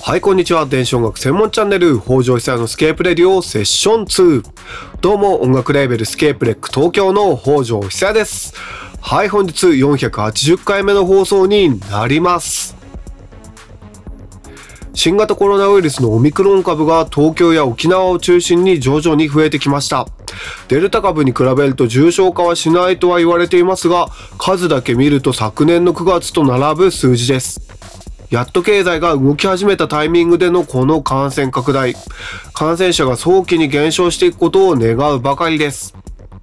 はい、こんにちは。電子音楽専門チャンネル、北条久也のスケープレディオセッション2。どうも、音楽レーベルスケープレック東京の北条久也です。はい、本日480回目の放送になります。新型コロナウイルスのオミクロン株が東京や沖縄を中心に徐々に増えてきました。デルタ株に比べると重症化はしないとは言われていますが、数だけ見ると昨年の9月と並ぶ数字です。やっと経済が動き始めたタイミングでのこの感染拡大、感染者が早期に減少していくことを願うばかりです。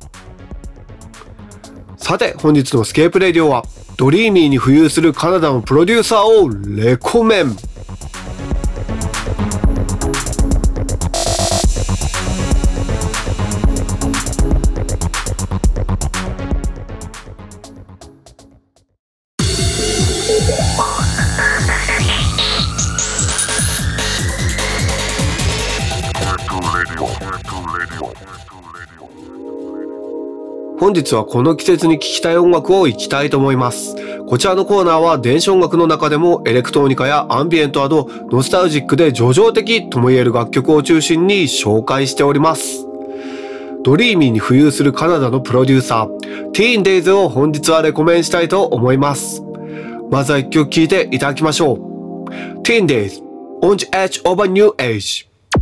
さて、本日のスケープレディオはドリーミーに浮遊するカナダのプロデューサーをレコメン。本日はこの季節に聴きたい音楽をいきたいと思います。こちらのコーナーは電子音楽の中でもエレクトロニカやアンビエントなどノスタルジックで叙情的とも言える楽曲を中心に紹介しております。ドリーミーに浮遊するカナダのプロデューサー Teen Days を本日はレコメンしたいと思います。まずは一曲聴いていただきましょう。 Teen Days On the Edge of a New Age。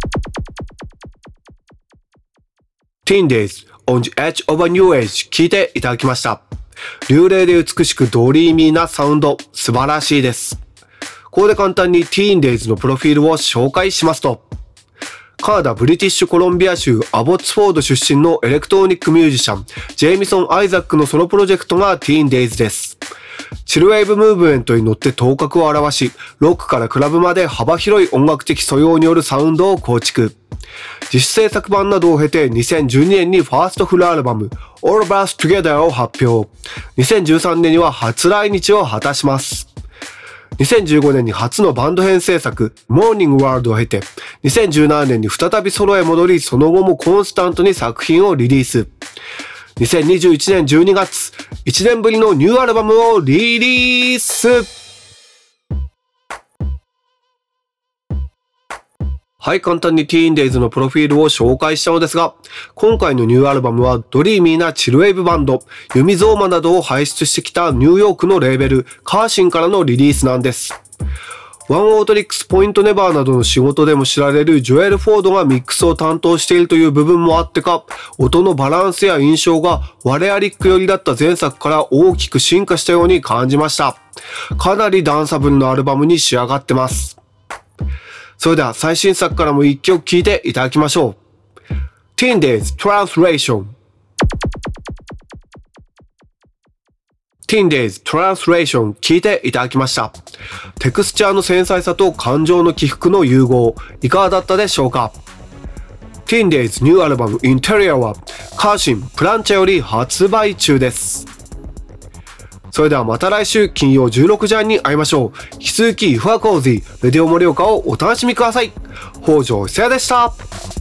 Teen Days On the Edge of a New Age 聴いていただきました。流麗で美しくドリーミーなサウンド、素晴らしいです。ここで簡単に Teen Days のプロフィールを紹介しますと、カナダ・ブリティッシュコロンビア州アボッツフォード出身のエレクトロニックミュージシャン、ジェイミソン・アイザックのソロプロジェクトが Teen Days です。チルウェーブムーブメントに乗って頭角を現し、ロックからクラブまで幅広い音楽的素養によるサウンドを構築。自主制作版などを経て2012年にファーストフルアルバム All of Us Together を発表。2013年には初来日を果たします。2015年に初のバンド編成作 Morning World を経て2017年に再びソロへ戻り、その後もコンスタントに作品をリリース。2021年12月、1年ぶりのニューアルバムをリリース。はい、簡単に Teen Days のプロフィールを紹介したのですが、今回のニューアルバムはドリーミーなチルウェーブバンド、ユミゾーマなどを輩出してきたニューヨークのレーベル、カーシンからのリリースなんです。ワンオートリックスポイントネバーなどの仕事でも知られるジョエル・フォードがミックスを担当しているという部分もあってか、音のバランスや印象がワレアリック寄りだった前作から大きく進化したように感じました。かなりダンサブルなアルバムに仕上がってます。それでは最新作からも一曲聴いていただきましょう。Teen Days Translation。 Teen Days Translation 聴いていただきました。テクスチャーの繊細さと感情の起伏の融合、いかがだったでしょうか。 Teen Days ニューアルバム Interior はカーシンプランチャより発売中です。それではまた来週金曜16時半に会いましょう。引き続きIf a Cozyレディオ盛岡をお楽しみください。北条久也でした。